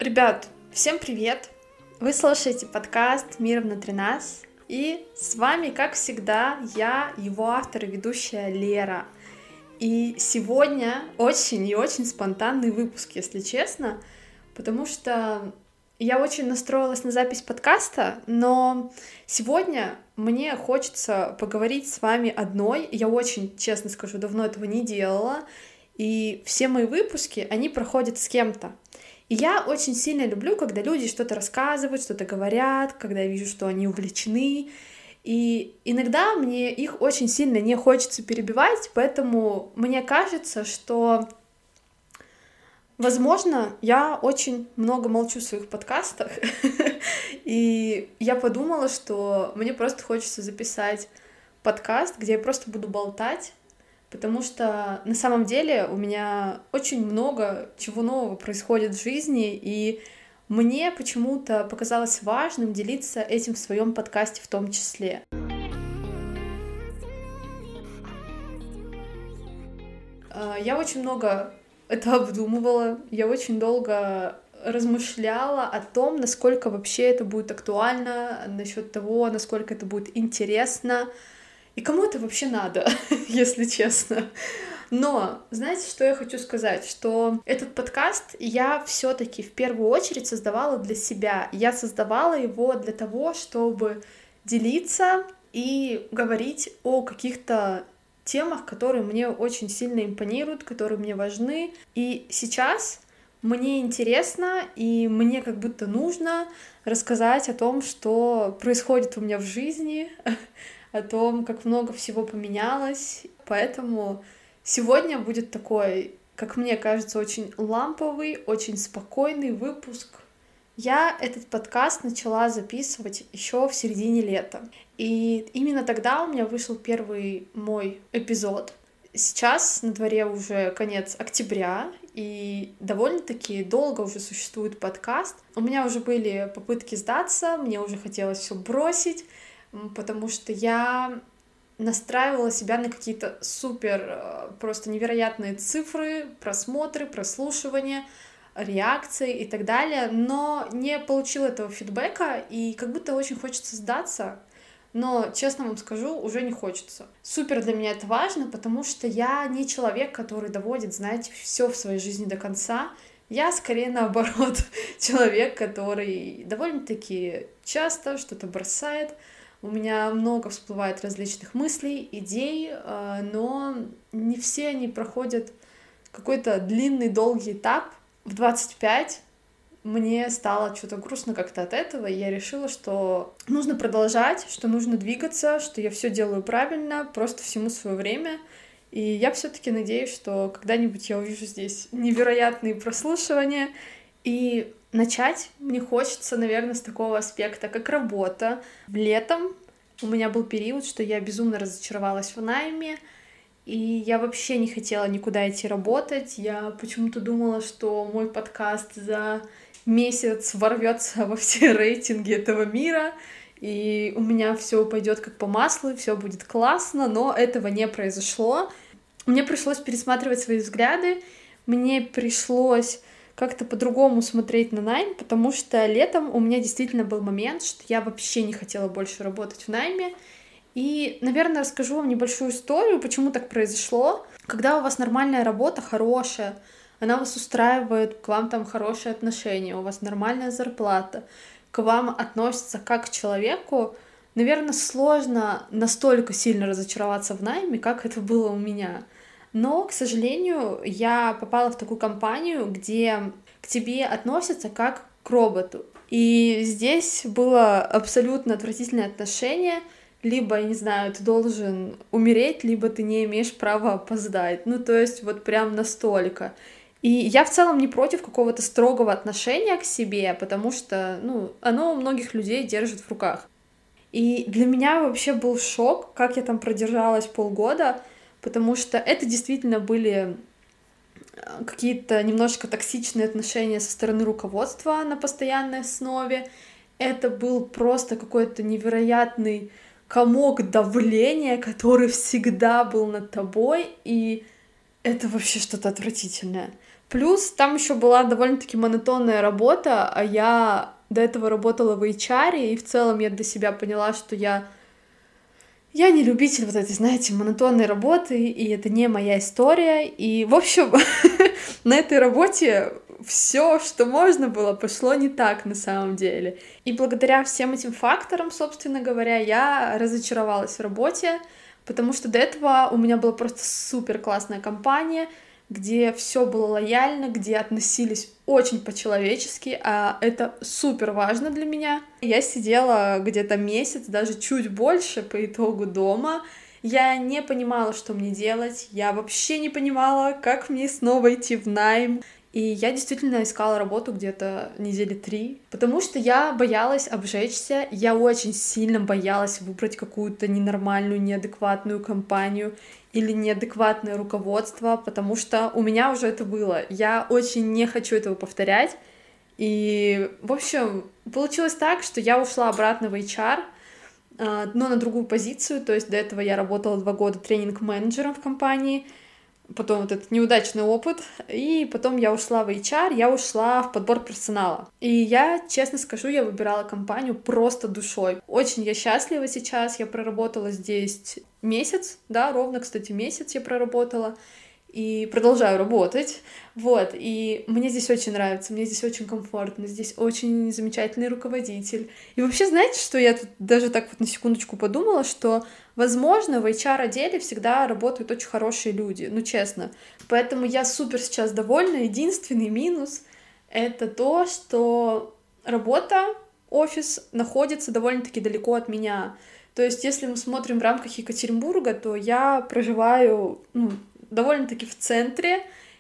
Ребят, всем привет! Вы слушаете подкаст «Мир внутри нас», и с вами, как всегда, я, его автор и ведущая Лера. И сегодня очень и очень спонтанный выпуск, если честно, потому что я очень настроилась на запись подкаста, но сегодня мне хочется поговорить с вами одной. Я очень, честно скажу, давно этого не делала, и все мои выпуски, они проходят с кем-то. И я очень сильно люблю, когда люди что-то рассказывают, что-то говорят, когда я вижу, что они увлечены. И иногда мне их очень сильно не хочется перебивать, поэтому мне кажется, что, возможно, я очень много молчу в своих подкастах. И я подумала, что мне просто хочется записать подкаст, где я просто буду болтать, потому что на самом деле у меня очень много чего нового происходит в жизни, и мне почему-то показалось важным делиться этим в своем подкасте в том числе. Я очень много это обдумывала, я очень долго размышляла о том, насколько вообще это будет актуально, насчет того, насколько это будет интересно. И кому это вообще надо, если честно? Но, знаете, что я хочу сказать? Что этот подкаст я все-таки в первую очередь создавала для себя. Я создавала его для того, чтобы делиться и говорить о каких-то темах, которые мне очень сильно импонируют, которые мне важны. И сейчас мне интересно, и мне как будто нужно рассказать о том, что происходит у меня в жизни, о том, как много всего поменялось. Поэтому сегодня будет такой, как мне кажется, очень ламповый, очень спокойный выпуск. Я этот подкаст начала записывать еще в середине лета. И именно тогда у меня вышел первый мой эпизод. Сейчас на дворе уже конец октября, и довольно-таки долго уже существует подкаст. У меня уже были попытки сдаться, мне уже хотелось все бросить, потому что я настраивала себя на какие-то супер, просто невероятные цифры, просмотры, прослушивания, реакции и так далее, но не получила этого фидбэка, и как будто очень хочется сдаться, но, честно вам скажу, уже не хочется. Супер для меня это важно, потому что я не человек, который доводит, знаете, все в своей жизни до конца. Я скорее наоборот человек, который довольно-таки часто что-то бросает. У меня много всплывает различных мыслей, идей, но не все они проходят какой-то длинный, долгий этап. В 25 мне стало что-то грустно как-то от этого, и я решила, что нужно продолжать, что нужно двигаться, что я все делаю правильно, просто всему свое время. И я все-таки надеюсь, что когда-нибудь я увижу здесь невероятные прослушивания. И начать мне хочется, наверное, с такого аспекта, как работа. Летом у меня был период, что я безумно разочаровалась в найме, и я вообще не хотела никуда идти работать. Я почему-то думала, что мой подкаст за месяц ворвется во все рейтинги этого мира, и у меня все пойдет как по маслу, все будет классно, но этого не произошло. Мне пришлось пересматривать свои взгляды, мне пришлось как-то по-другому смотреть на найм, потому что летом у меня действительно был момент, что я вообще не хотела больше работать в найме. И, наверное, расскажу вам небольшую историю, почему так произошло. Когда у вас нормальная работа, хорошая, она вас устраивает, к вам там хорошие отношения, у вас нормальная зарплата, к вам относятся как к человеку, наверное, сложно настолько сильно разочароваться в найме, как это было у меня. Но, к сожалению, я попала в такую компанию, где к тебе относятся как к роботу. И здесь было абсолютно отвратительное отношение. Либо, я не знаю, ты должен умереть, либо ты не имеешь права опоздать. Ну, то есть вот прям настолько. И я в целом не против какого-то строгого отношения к себе, потому что, оно у многих людей держит в руках. И для меня вообще был шок, как я там продержалась полгода, потому что это действительно были какие-то немножко токсичные отношения со стороны руководства на постоянной основе. Это был просто какой-то невероятный комок давления, который всегда был над тобой, и это вообще что-то отвратительное. Плюс там еще была довольно-таки монотонная работа, а я до этого работала в HR, и в целом я для себя поняла, что я не любитель вот этой, знаете, монотонной работы, и это не моя история. И, в общем, на этой работе все, что можно было, пошло не так на самом деле. И благодаря всем этим факторам, собственно говоря, я разочаровалась в работе, потому что до этого у меня была просто супер классная компания, где все было лояльно, где относились очень по-человечески, а это супер важно для меня. Я сидела где-то месяц, даже чуть больше по итогу дома. Я не понимала, что мне делать, я вообще не понимала, как мне снова идти в найм. И я действительно искала работу где-то недели 3, потому что я боялась обжечься, я очень сильно боялась выбрать какую-то ненормальную, неадекватную компанию или неадекватное руководство, потому что у меня уже это было. Я очень не хочу этого повторять. И, в общем, получилось так, что я ушла обратно в HR, но на другую позицию, то есть до этого я работала 2 года тренинг-менеджером в компании, потом вот этот неудачный опыт, и потом я ушла в HR, я ушла в подбор персонала. И я, честно скажу, я выбирала компанию просто душой. Очень я счастлива сейчас, я проработала здесь месяц, да, ровно, кстати, месяц я проработала, и продолжаю работать, вот, и мне здесь очень нравится, мне здесь очень комфортно, здесь очень замечательный руководитель. И вообще, знаете, что я тут даже так вот на секундочку подумала, что, возможно, в HR-отделе всегда работают очень хорошие люди, ну, честно. Поэтому я супер сейчас довольна. Единственный минус — это то, что работа, офис находится довольно-таки далеко от меня. То есть, если мы смотрим в рамках Екатеринбурга, то я проживаю, довольно-таки в центре,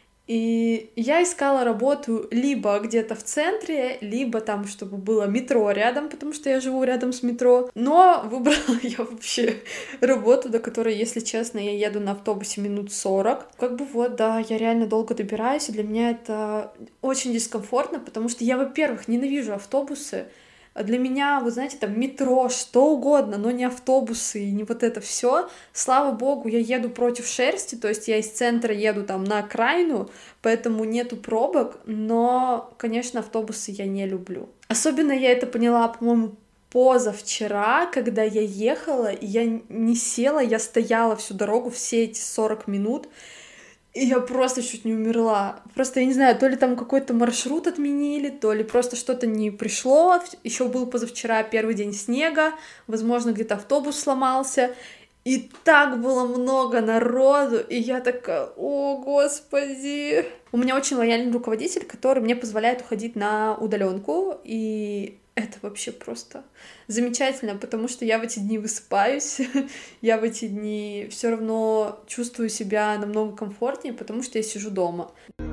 и я искала работу либо где-то в центре, либо там, чтобы было метро рядом, потому что я живу рядом с метро, но выбрала я вообще работу, до которой, если честно, я еду на автобусе минут 40. Как бы вот, да, я реально долго добираюсь, и для меня это очень дискомфортно, потому что я, во-первых, ненавижу автобусы. Для меня, вы знаете, там метро, что угодно, но не автобусы и не вот это все. Слава богу, я еду против шерсти, то есть я из центра еду там на окраину, поэтому нету пробок, но, конечно, автобусы я не люблю. Особенно я это поняла, по-моему, позавчера, когда я ехала, и я не села, я стояла всю дорогу, все эти 40 минут, и я просто чуть не умерла. Просто, я не знаю, то ли там какой-то маршрут отменили, то ли просто что-то не пришло. Еще был позавчера первый день снега, возможно, где-то автобус сломался. И так было много народу, и я такая: о, господи. У меня очень лояльный руководитель, который мне позволяет уходить на удаленку, и это вообще просто замечательно, потому что я в эти дни высыпаюсь, я в эти дни все равно чувствую себя намного комфортнее, потому что я сижу дома.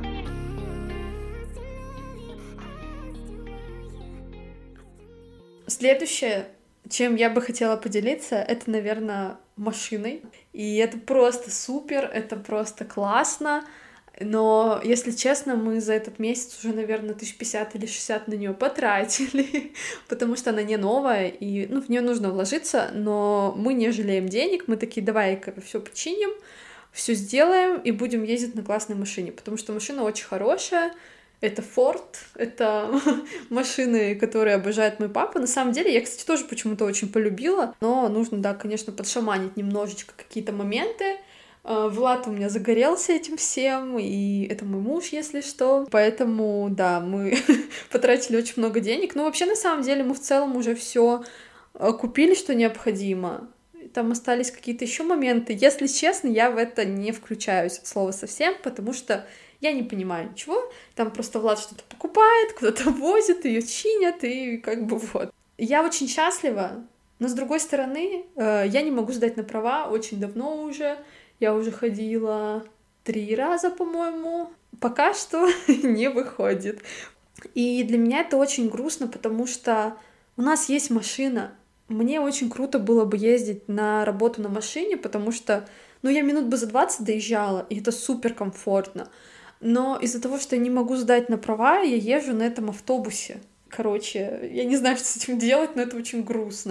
Следующее, чем я бы хотела поделиться, это, наверное, машиной. И это просто супер, это просто классно. Но, если честно, мы за этот месяц уже, наверное, 1050 или 60 на нее потратили, потому что она не новая, и в нее нужно вложиться, но мы не жалеем денег, мы такие: давай-ка все починим, все сделаем и будем ездить на классной машине, потому что машина очень хорошая. Это Ford, это машины, которые обожает мой папа. На самом деле, я, кстати, тоже почему-то очень полюбила, но нужно, да, конечно, подшаманить немножечко какие-то моменты. Влад у меня загорелся этим всем, и это мой муж, если что. Поэтому, да, мы потратили очень много денег. Но вообще, на самом деле, мы в целом уже все купили, что необходимо. Там остались какие-то еще моменты. Если честно, я в это не включаюсь от слова совсем, потому что я не понимаю ничего. Там просто Влад что-то покупает, куда-то возит, ее чинят, и как бы вот. Я очень счастлива, но, с другой стороны, я не могу сдать на права очень давно уже. Я уже ходила 3 раза, по-моему. Пока что не выходит. И для меня это очень грустно, потому что у нас есть машина. Мне очень круто было бы ездить на работу на машине, потому что, я минут бы за 20 доезжала, и это супер комфортно. Но из-за того, что я не могу сдать на права, я езжу на этом автобусе. Короче, я не знаю, что с этим делать, но это очень грустно.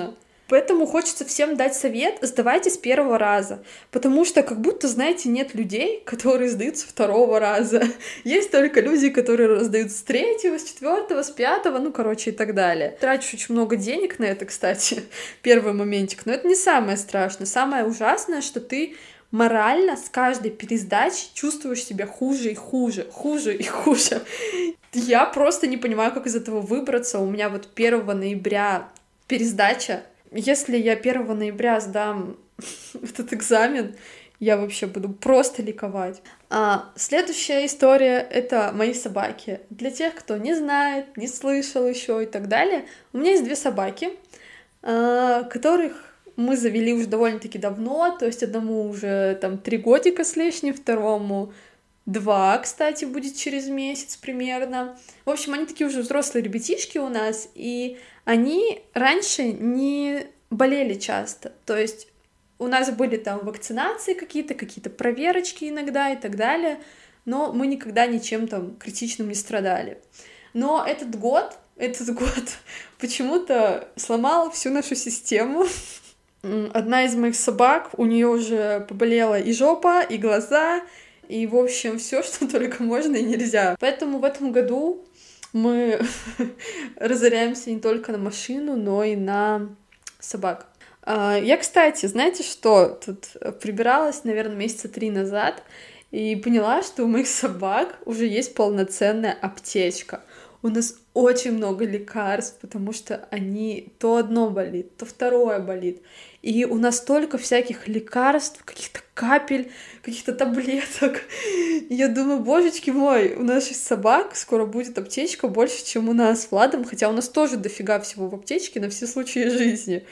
Поэтому хочется всем дать совет: сдавайте с первого раза, потому что как будто, знаете, нет людей, которые сдают с второго раза. Есть только люди, которые сдают с третьего, с четвертого, с пятого, ну, короче, и так далее. Тратишь очень много денег на это, кстати, первый моментик, но это не самое страшное. Самое ужасное, что ты морально с каждой пересдачей чувствуешь себя хуже и хуже, хуже и хуже. Я просто не понимаю, как из этого выбраться. У меня вот 1 ноября пересдача. Если я 1 ноября сдам этот экзамен, я вообще буду просто ликовать. Следующая история — это мои собаки. Для тех, кто не знает, не слышал еще и так далее, у меня есть 2 собаки, которых мы завели уже довольно-таки давно, то есть одному уже там 3 годика с лишним, второму 2, кстати, будет через месяц примерно. В общем, они такие уже взрослые ребятишки у нас, и они раньше не болели часто, то есть у нас были там вакцинации какие-то проверочки иногда и так далее, но мы никогда ничем там критичным не страдали. Но этот год почему-то сломал всю нашу систему. Одна из моих собак, у нее уже поболела и жопа, и глаза, и, в общем, все, что только можно и нельзя. Поэтому в этом году мы разоряемся не только на машину, но и на собак. Я, кстати, знаете что? Тут прибиралась, наверное, месяца 3 назад и поняла, что у моих собак уже есть полноценная аптечка. У нас очень много лекарств, потому что они то одно болит, то второе болит. И у нас столько всяких лекарств, каких-то капель, каких-то таблеток. И я думаю, божечки мой, у наших собак скоро будет аптечка больше, чем у нас с Владом, хотя у нас тоже дофига всего в аптечке на все случаи жизни.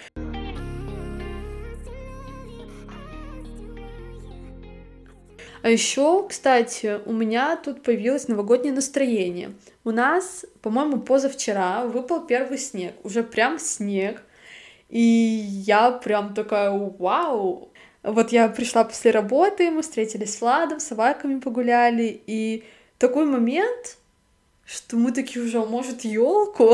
А еще, кстати, у меня тут появилось новогоднее настроение. У нас, по-моему, позавчера выпал первый снег, уже прям снег, и я прям такая: вау! Вот я пришла после работы, мы встретились с Владом, с собаками погуляли, и такой момент, что мы такие уже, может, елку,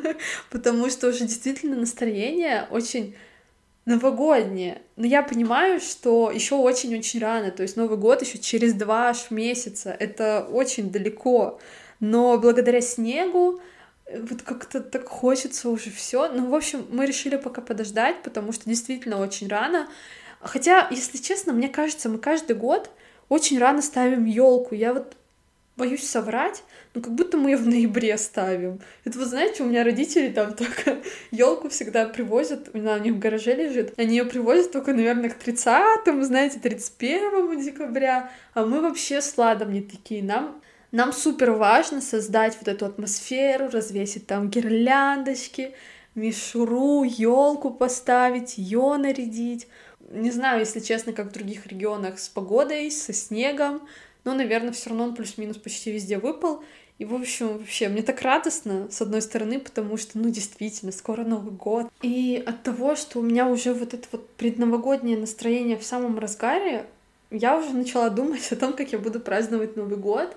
потому что уже действительно настроение очень новогоднее. Но я понимаю, что еще очень-очень рано, то есть Новый год еще через 2 аж месяца, это очень далеко. Но благодаря снегу вот как-то так хочется уже все. Ну, в общем, мы решили пока подождать, потому что действительно очень рано. Хотя, если честно, мне кажется, мы каждый год очень рано ставим елку. Я вот боюсь соврать, но как будто мы ее в ноябре ставим. Это вот, знаете, у меня родители там только елку всегда привозят, она у них в гараже лежит, они ее привозят только, наверное, к 30-му, знаете, 31 декабря, а мы вообще с Владом не такие. Нам супер важно создать вот эту атмосферу, развесить там гирляндочки, мишуру, елку поставить, ее нарядить. Не знаю, если честно, как в других регионах с погодой, со снегом, но, наверное, все равно он плюс-минус почти везде выпал. И, в общем, вообще, мне так радостно, с одной стороны, потому что, ну, действительно, скоро Новый год. И от того, что у меня уже вот это вот предновогоднее настроение в самом разгаре, я уже начала думать о том, как я буду праздновать Новый год.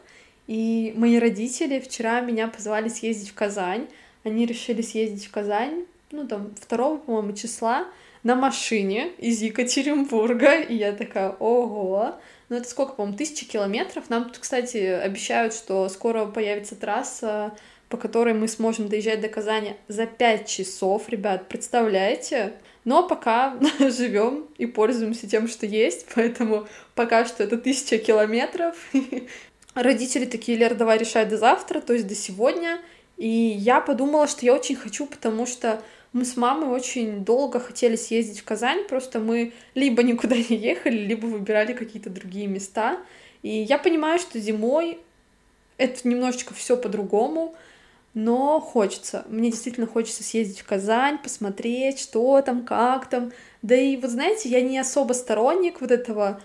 И мои родители вчера меня позвали съездить в Казань. Они решили съездить в Казань, ну, там, 2, по-моему, числа на машине из Екатеринбурга. И я такая: ого! Ну, это сколько, по-моему, 1000 километров. Нам тут, кстати, обещают, что скоро появится трасса, по которой мы сможем доезжать до Казани за 5 часов, ребят, представляете? Но пока живем и пользуемся тем, что есть, поэтому пока что это 1000 километров. Родители такие: Лер, давай решай до завтра, то есть до сегодня. И я подумала, что я очень хочу, потому что мы с мамой очень долго хотели съездить в Казань, просто мы либо никуда не ехали, либо выбирали какие-то другие места. И я понимаю, что зимой это немножечко все по-другому, но хочется. Мне действительно хочется съездить в Казань, посмотреть, что там, как там. Да и вот знаете, я не особо сторонник вот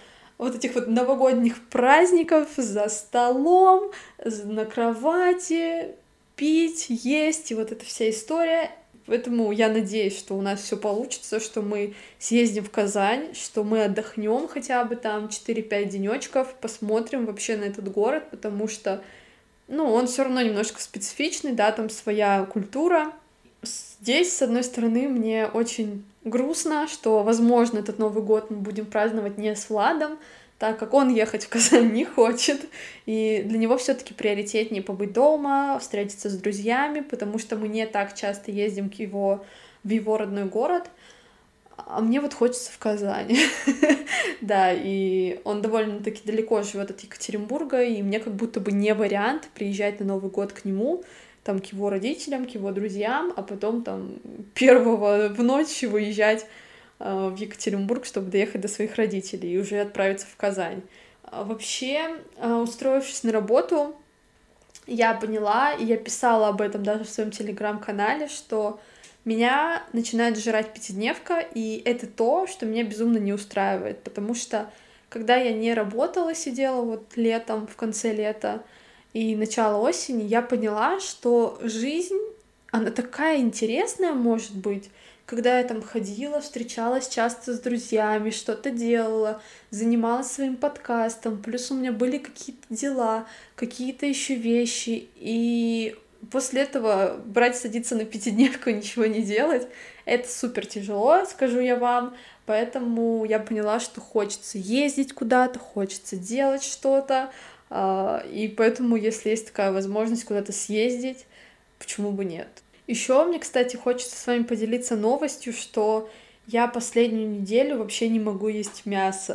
этих вот новогодних праздников за столом, на кровати, пить, есть, и вот эта вся история. Поэтому я надеюсь, что у нас все получится, что мы съездим в Казань, что мы отдохнем хотя бы там 4-5 денечков, посмотрим вообще на этот город, потому что, ну, он все равно немножко специфичный, да, там своя культура. Здесь, с одной стороны, мне очень грустно, что, возможно, этот Новый год мы будем праздновать не с Владом, так как он ехать в Казань не хочет, и для него все таки приоритетнее побыть дома, встретиться с друзьями, потому что мы не так часто ездим в его родной город, а мне вот хочется в Казань. Да, и он довольно-таки далеко живет от Екатеринбурга, и мне как будто бы не вариант приезжать на Новый год к нему, там, к его родителям, к его друзьям, а потом там первого в ночь выезжать в Екатеринбург, чтобы доехать до своих родителей и уже отправиться в Казань. Вообще, устроившись на работу, я поняла, и я писала об этом даже в своем телеграм-канале, что меня начинает жрать пятидневка, и это то, что меня безумно не устраивает, потому что когда я не работала, сидела вот летом, в конце лета и начало осени, я поняла, что жизнь, она такая интересная может быть, когда я там ходила, встречалась часто с друзьями, что-то делала, занималась своим подкастом, плюс у меня были какие-то дела, какие-то еще вещи, и после этого брать, садиться на пятидневку и ничего не делать, это супер тяжело, скажу я вам, поэтому я поняла, что хочется ездить куда-то, хочется делать что-то, и поэтому, если есть такая возможность куда-то съездить, почему бы нет? Еще мне, кстати, хочется с вами поделиться новостью, что я последнюю неделю вообще не могу есть мясо.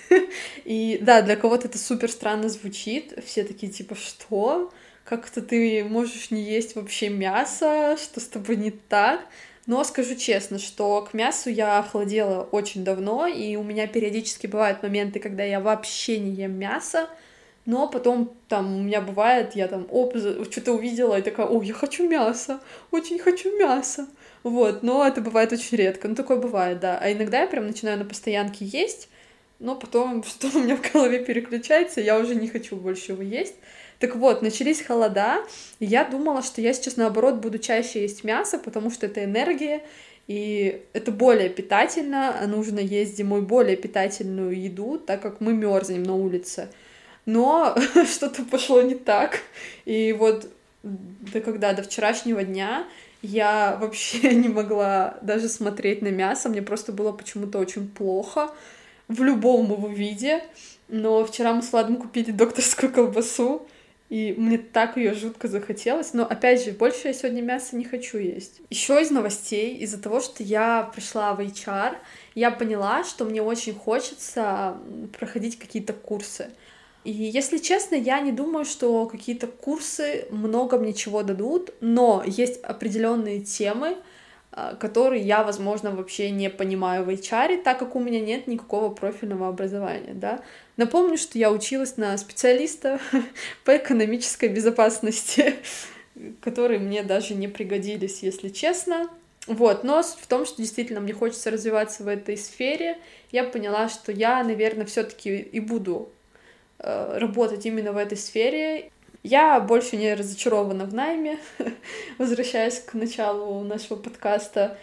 И да, для кого-то это супер странно звучит. Все такие типа, что? Как это ты можешь не есть вообще мясо? Что с тобой не так? Но скажу честно, что к мясу я охладела очень давно, и у меня периодически бывают моменты, когда я вообще не ем мясо, но потом там у меня бывает, я там что-то увидела и такая, о, я хочу мясо, очень хочу мясо. Вот, но это бывает очень редко, ну такое бывает, да. А иногда я прям начинаю на постоянке есть, но потом что у меня в голове переключается, я уже не хочу больше его есть. Так вот, начались холода, и я думала, что я сейчас, наоборот, буду чаще есть мясо, потому что это энергия, и это более питательно, а нужно есть зимой более питательную еду, так как мы мерзнем на улице. Но что-то пошло не так, и вот до вчерашнего дня я вообще не могла даже смотреть на мясо, мне просто было почему-то очень плохо в любом его виде, но вчера мы с Владом купили докторскую колбасу, и мне так ее жутко захотелось. Но опять же, больше я сегодня мясо не хочу есть. Еще из новостей, из-за того, что я пришла в HR, я поняла, что мне очень хочется проходить какие-то курсы. И, если честно, я не думаю, что какие-то курсы много мне чего дадут, но есть определенные темы, которые я, возможно, вообще не понимаю в HR, так как у меня нет никакого профильного образования, да. Напомню, что я училась на специалиста по экономической безопасности, которые мне даже не пригодились, если честно. Вот, но в том, что действительно мне хочется развиваться в этой сфере, я поняла, что я, наверное, все-таки и буду работать именно в этой сфере. Я больше не разочарована в найме, возвращаясь к началу нашего подкаста.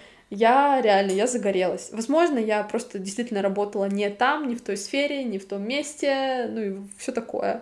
Я загорелась. Возможно, я просто действительно работала не там, не в той сфере, не в том месте, ну и все такое.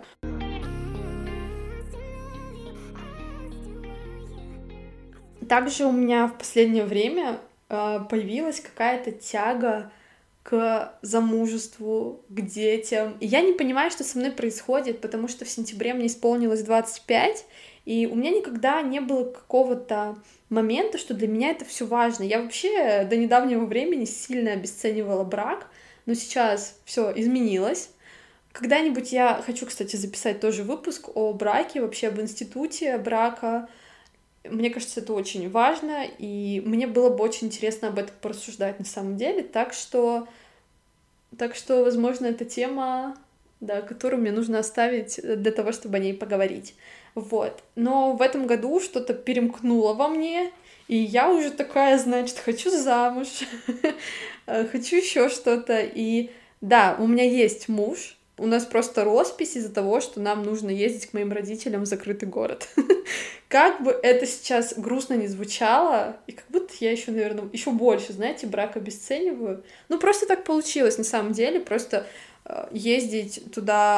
Также у меня в последнее время появилась какая-то тяга к замужеству, к детям. И я не понимаю, что со мной происходит, потому что в сентябре мне исполнилось 25, и у меня никогда не было какого-то момента, что для меня это все важно. Я вообще до недавнего времени сильно обесценивала брак, но сейчас все изменилось. Когда-нибудь я хочу, кстати, записать тоже выпуск о браке, вообще об институте брака. Мне кажется, это очень важно, и мне было бы очень интересно об этом порассуждать на самом деле, так что, возможно, это тема, да, которую мне нужно оставить для того, чтобы о ней поговорить. Вот. Но в этом году что-то перемкнуло во мне, и я уже такая, значит, хочу замуж, хочу еще что-то. И да, у меня есть муж, у нас просто роспись из-за того, что нам нужно ездить к моим родителям в закрытый город. Как бы это сейчас грустно не звучало, и как будто я еще, наверное, еще больше, знаете, брак обесцениваю. Ну, просто так получилось на самом деле, просто ездить туда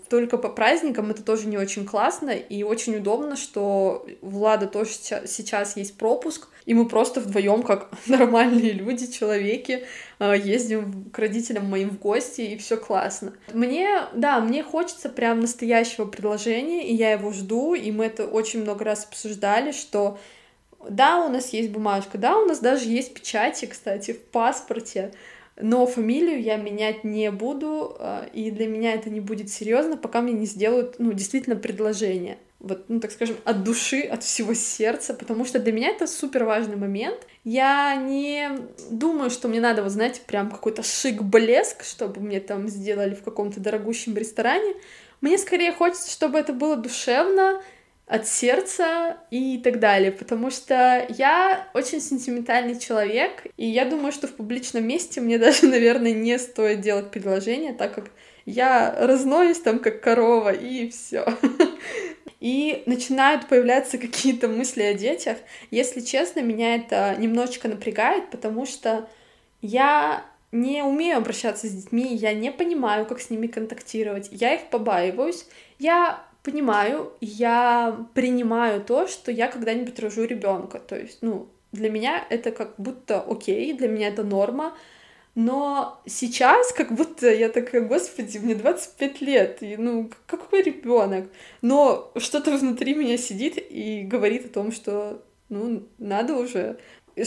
только по праздникам, это тоже не очень классно, и очень удобно, что у Влада тоже сейчас есть пропуск, и мы просто вдвоем, как нормальные люди, человеки, ездим к родителям моим в гости, и все классно. Мне хочется прям настоящего предложения, и я его жду, и мы это очень много раз обсуждали, что да, у нас есть бумажка, да, у нас даже есть печати, кстати, в паспорте, но фамилию я менять не буду, и для меня это не будет серьезно, пока мне не сделают, действительно предложение. Вот, так скажем, от души, от всего сердца, потому что для меня это супер важный момент. Я не думаю, что мне надо, прям какой-то шик-блеск, чтобы мне там сделали в каком-то дорогущем ресторане. Мне скорее хочется, чтобы это было душевно, от сердца и так далее, потому что я очень сентиментальный человек, и я думаю, что в публичном месте мне даже, наверное, не стоит делать предложение, так как я разноюсь там как корова, и все. И начинают появляться какие-то мысли о детях. Если честно, меня это немножечко напрягает, потому что я не умею обращаться с детьми, я не понимаю, как с ними контактировать, я их побаиваюсь, я понимаю, я принимаю то, что я когда-нибудь рожу ребенка. То есть, для меня это как будто окей, для меня это норма. Но сейчас как будто я такая, господи, мне 25 лет, и, какой ребенок? Но что-то внутри меня сидит и говорит о том, что, надо уже...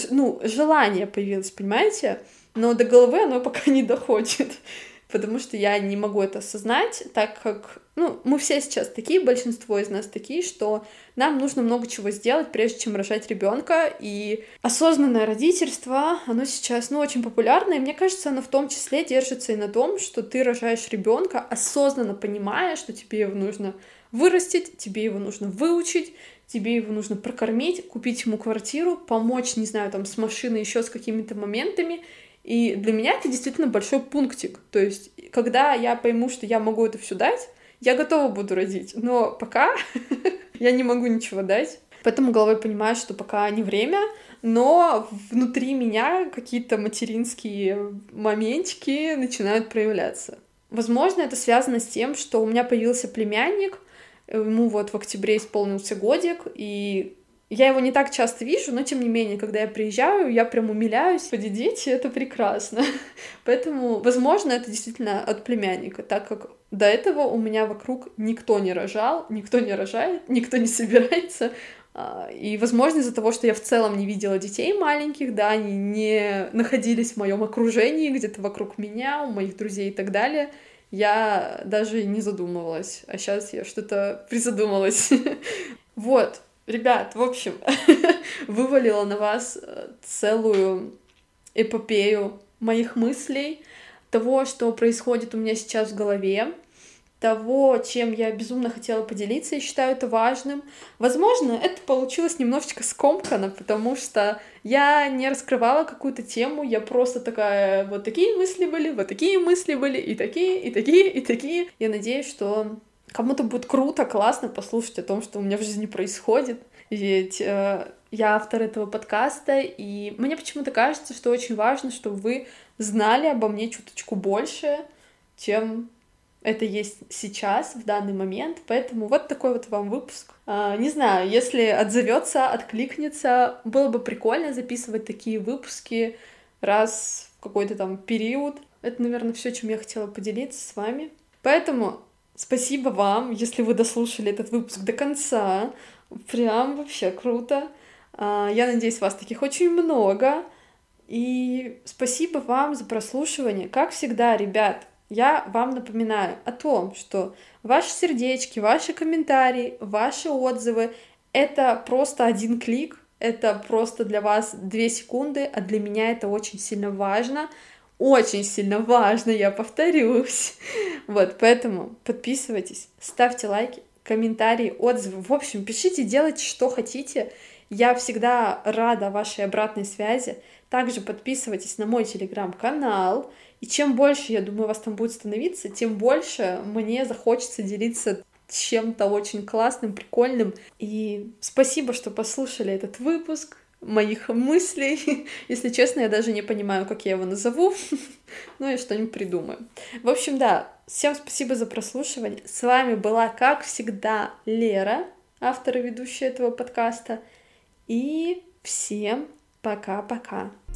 желание появилось, понимаете? Но до головы оно пока не доходит, потому что я не могу это осознать, так как, мы все сейчас такие, большинство из нас такие, что нам нужно много чего сделать, прежде чем рожать ребенка, и осознанное родительство, оно сейчас, очень популярно, и мне кажется, оно в том числе держится и на том, что ты рожаешь ребенка, осознанно понимая, что тебе его нужно вырастить, тебе его нужно выучить, тебе его нужно прокормить, купить ему квартиру, помочь, не знаю, там, с машиной, еще с какими-то моментами. И для меня это действительно большой пунктик. То есть, когда я пойму, что я могу это все дать, я готова буду родить. Но пока я не могу ничего дать. Поэтому головой понимаю, что пока не время, но внутри меня какие-то материнские моментики начинают проявляться. Возможно, это связано с тем, что у меня появился племянник, ему в октябре исполнился годик, и я его не так часто вижу, но тем не менее, когда я приезжаю, я прям умиляюсь. Господи, дети — это прекрасно. Поэтому, возможно, это действительно от племянника, так как до этого у меня вокруг никто не рожал, никто не рожает, никто не собирается. И, возможно, из-за того, что я в целом не видела детей маленьких, да, они не находились в моем окружении, где-то вокруг меня, у моих друзей и так далее, я даже не задумывалась. А сейчас я что-то призадумалась. Вот. Ребят, в общем, вывалила на вас целую эпопею моих мыслей, того, что происходит у меня сейчас в голове, того, чем я безумно хотела поделиться и считаю это важным. Возможно, это получилось немножечко скомканно, потому что я не раскрывала какую-то тему, я просто такая, вот такие мысли были, вот такие мысли были, и такие, и такие, и такие. Я надеюсь, что кому-то будет круто, классно послушать о том, что у меня в жизни происходит, ведь я автор этого подкаста, и мне почему-то кажется, что очень важно, чтобы вы знали обо мне чуточку больше, чем это есть сейчас, в данный момент, поэтому вот такой вот вам выпуск. Не знаю, если отзовется, откликнется, было бы прикольно записывать такие выпуски раз в какой-то там период. Это, наверное, все, чем я хотела поделиться с вами. Поэтому спасибо вам, если вы дослушали этот выпуск до конца. Прям вообще круто. Я надеюсь, вас таких очень много. И спасибо вам за прослушивание. Как всегда, ребят, я вам напоминаю о том, что ваши сердечки, ваши комментарии, ваши отзывы — это просто один клик, это просто для вас 2 секунды, а для меня это очень сильно важно. Очень сильно важно, я повторюсь. Вот, поэтому подписывайтесь, ставьте лайки, комментарии, отзывы. В общем, пишите, делайте, что хотите. Я всегда рада вашей обратной связи. Также подписывайтесь на мой телеграм-канал. И чем больше, я думаю, вас там будет становиться, тем больше мне захочется делиться чем-то очень классным, прикольным. И спасибо, что послушали этот выпуск. моих мыслей. Если честно, я даже не понимаю, как я его назову, но я что-нибудь придумаю. В общем, да, всем спасибо за прослушивание. С вами была, как всегда, Лера, автор и ведущая этого подкаста. И всем пока-пока.